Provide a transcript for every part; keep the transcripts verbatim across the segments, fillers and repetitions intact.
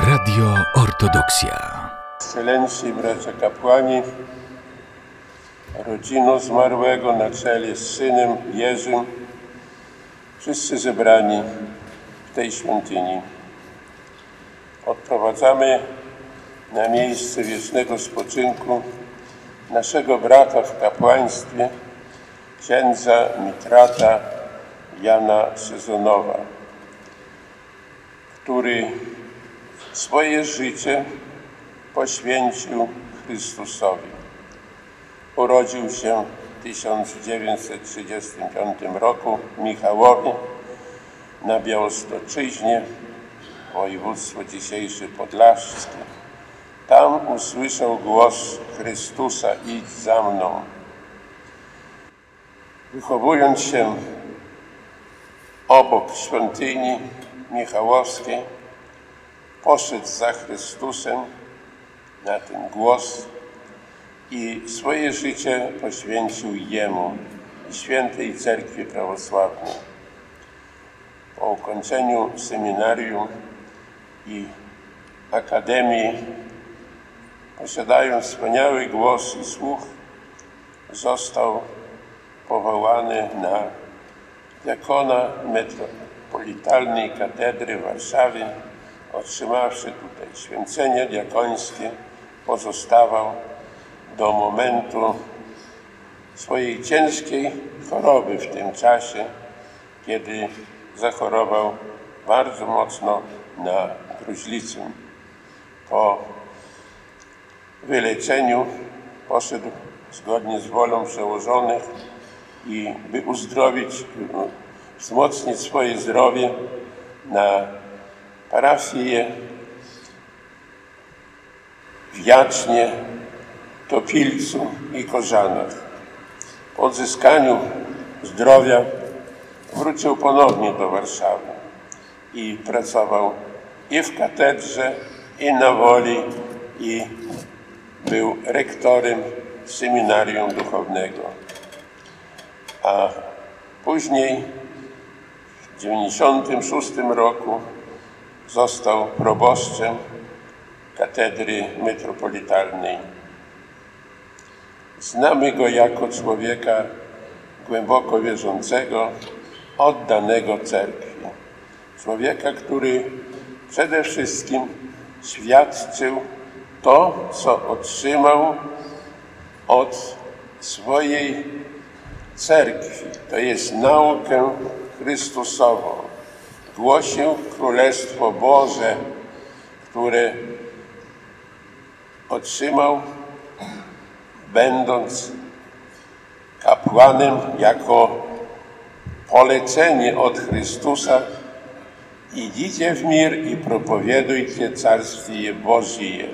Radio Ortodoksja. Ekscelencji, bracia kapłani, rodzino zmarłego na czele z synem Jerzym, wszyscy zebrani w tej świątyni. Odprowadzamy na miejsce wiecznego spoczynku naszego brata w kapłaństwie, księdza mitrata Jana Sezonowa, który swoje życie poświęcił Chrystusowi. Urodził się w tysiąc dziewięćset trzydziestym piątym roku w Michałowie na Białostoczyźnie, województwo dzisiejsze podlaskie. Tam usłyszał głos Chrystusa: idź za mną. Wychowując się obok świątyni michałowskiej, poszedł za Chrystusem na ten głos i swoje życie poświęcił Jemu i Świętej Cerkwi Prawosławnej. Po ukończeniu seminarium i akademii, posiadając wspaniały głos i słuch, został powołany na diakona metropolitalnej katedry w Warszawie. Otrzymawszy tutaj święcenie diakońskie, pozostawał do momentu swojej ciężkiej choroby w tym czasie, kiedy zachorował bardzo mocno na gruźlicę. Po wyleczeniu poszedł zgodnie z wolą przełożonych i by uzdrowić, wzmocnić swoje zdrowie, na parafię w Jacznie, Topilcu i Korzanach. Po odzyskaniu zdrowia wrócił ponownie do Warszawy i pracował i w katedrze, i na Woli, i był rektorem seminarium duchownego. A później w dziewięćdziesiątym szóstym roku został proboszczem katedry metropolitalnej. Znamy go jako człowieka głęboko wierzącego, oddanego cerkwi. Człowieka, który przede wszystkim świadczył to, co otrzymał od swojej cerkwi, to jest naukę Chrystusową. Głosił Królestwo Boże, które otrzymał, będąc kapłanem, jako polecenie od Chrystusa: idźcie w mir i propowiedujcie Carstwie Bożie.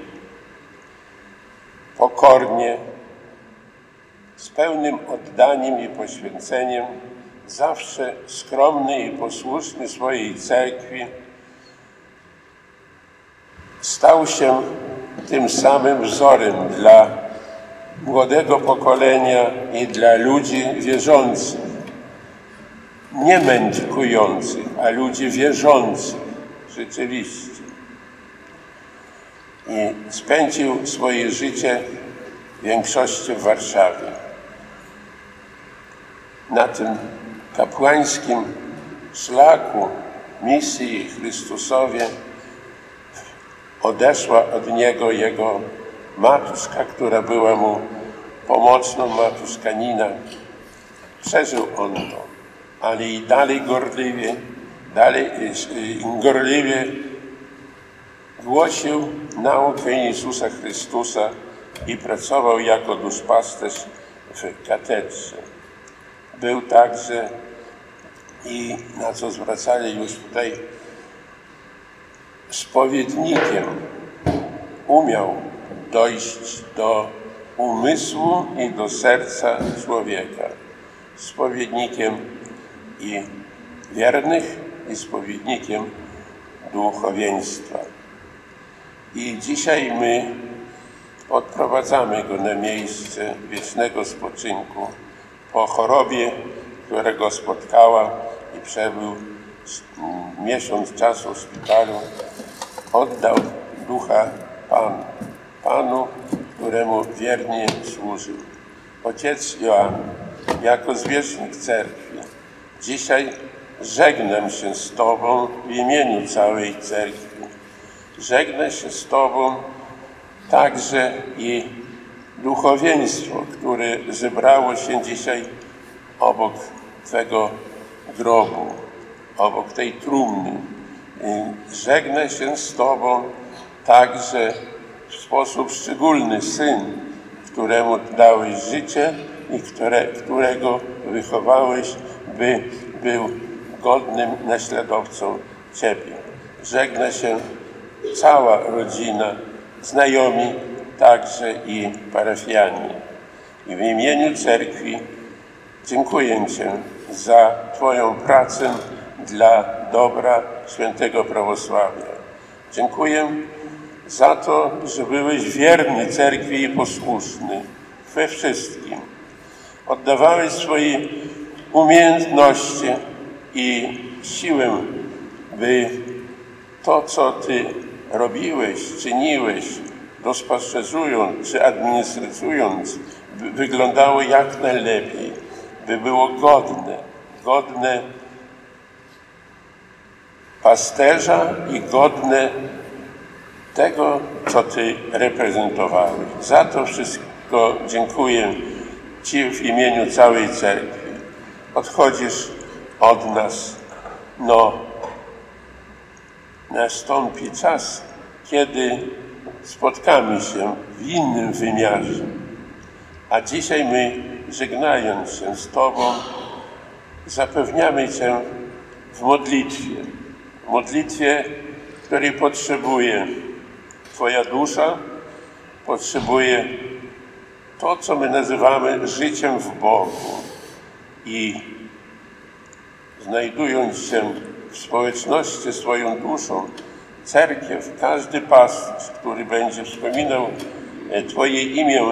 Pokornie, z pełnym oddaniem i poświęceniem, zawsze skromny i posłuszny swojej cerkwi, stał się tym samym wzorem dla młodego pokolenia i dla ludzi wierzących. Nie mędrkujących, a ludzi wierzących rzeczywiście. I spędził swoje życie w większości w Warszawie. Na tym kapłańskim szlaku misji Chrystusowie odeszła od niego jego matuszka, która była mu pomocną, matuszka Nina. Przeżył on to, ale i dalej gorliwie, dalej gorliwie głosił naukę Jezusa Chrystusa i pracował jako duszpasterz w katedrze. Był także, i na co zwracali już tutaj, spowiednikiem. Umiał dojść do umysłu i do serca człowieka. Spowiednikiem i wiernych, i spowiednikiem duchowieństwa. I dzisiaj my odprowadzamy go na miejsce wiecznego spoczynku po chorobie, która go spotkała, i przebył miesiąc czasu w szpitalu. Oddał ducha Panu, Panu, któremu wiernie służył. Ojciec Joan, jako zwierzchnik cerkwi, dzisiaj żegnam się z Tobą w imieniu całej cerkwi. Żegnę się z Tobą także i duchowieństwo, które zebrało się dzisiaj obok Twego grobu, obok tej trumny. I żegnę się z Tobą także w sposób szczególny Syn, któremu dałeś życie i które, którego wychowałeś, by był godnym naśladowcą Ciebie. Żegna się cała rodzina, znajomi, także i parafianie. I w imieniu cerkwi dziękuję Ci za Twoją pracę dla dobra świętego prawosławia. Dziękuję za to, że byłeś wierny cerkwi i posłuszny we wszystkim. Oddawałeś swoje umiejętności i siłę, by to, co Ty robiłeś, czyniłeś, rozpaszerzując czy administrując, by wyglądało jak najlepiej, by było godne, godne pasterza i godne tego, co Ty reprezentowałeś. Za to wszystko dziękuję Ci w imieniu całej cerkwi. Odchodzisz od nas, no nastąpi czas, kiedy spotkamy się w innym wymiarze. A dzisiaj my, żegnając się z Tobą, zapewniamy Cię w modlitwie. W modlitwie, której potrzebuje Twoja dusza, potrzebuje to, co my nazywamy życiem w Bogu. I znajdując się w społeczności swoją duszą, cerkiew, każdy pasterz, który będzie wspominał Twoje imię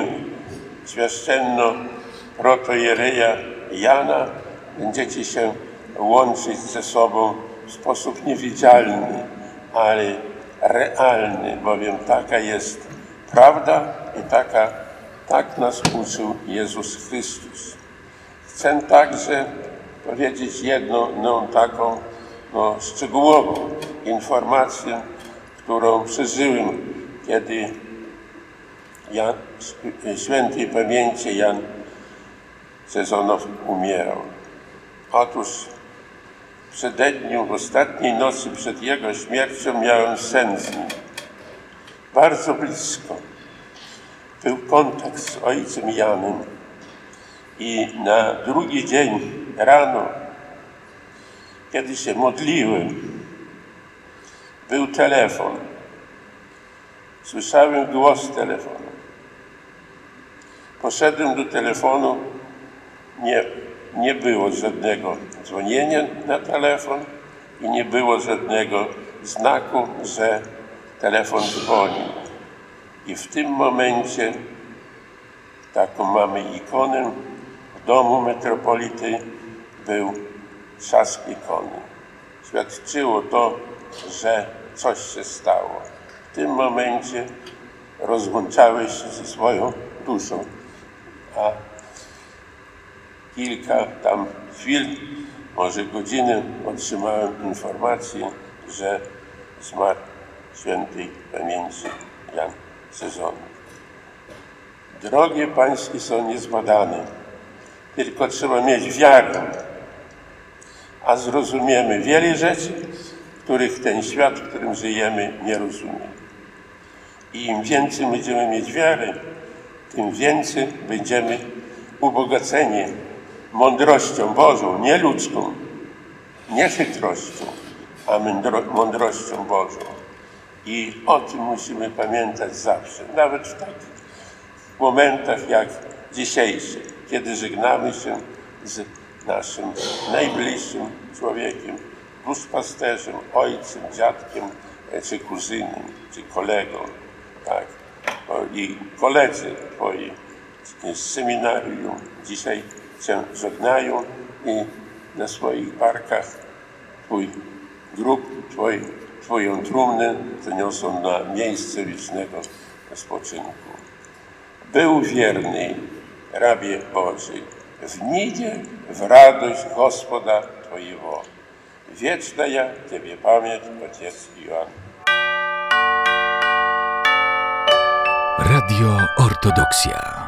święczenno-protojereja Jana, będziecie się łączyć ze sobą w sposób niewidzialny, ale realny, bowiem taka jest prawda i taka, tak nas uczył Jezus Chrystus. Chcę także powiedzieć jedną no, taką no, szczegółową informację, którą przeżyłem, kiedy Jan, świętej pamięci Jan Sezonow umierał. Otóż w przededniu, w ostatniej nocy przed jego śmiercią miałem sen z nim. Bardzo blisko. Był kontakt z ojcem Janem i na drugi dzień rano, kiedy się modliłem, był telefon. Słyszałem głos telefonu. Poszedłem do telefonu, nie, nie było żadnego dzwonienia na telefon i nie było żadnego znaku, że telefon dzwoni. I w tym momencie taką mamy ikonę w domu metropolity, był trzask ikony. Świadczyło to, że coś się stało. W tym momencie rozłączałeś się ze swoją duszą, a kilka tam chwil, może godziny, otrzymałem informację, że zmarł świętej pamięci Jan Sezonow. Drogie Pańskie są niezbadane, tylko trzeba mieć wiarę, a zrozumiemy wiele rzeczy, których ten świat, w którym żyjemy, nie rozumie. I im więcej będziemy mieć wiary, tym więcej będziemy ubogaceni mądrością Bożą, nie ludzką, nie chytrością, a mądrością Bożą. I o tym musimy pamiętać zawsze, nawet w takich momentach jak dzisiejszy, kiedy żegnamy się z naszym najbliższym człowiekiem, duszpasterzem, ojcem, dziadkiem, czy kuzynem, czy kolegą, tak. I koledzy Twoi z seminarium dzisiaj Cię żegnają i na swoich barkach Twój grób Twój, Twoją trumnę zaniosą na miejsce wiecznego spoczynku. Był wierny, rabie Boży, w nidzie, w radość Gospoda Twojego. Wieczna ja Ciebie pamięć, Ojciec Jan. Radio Ortodoksja.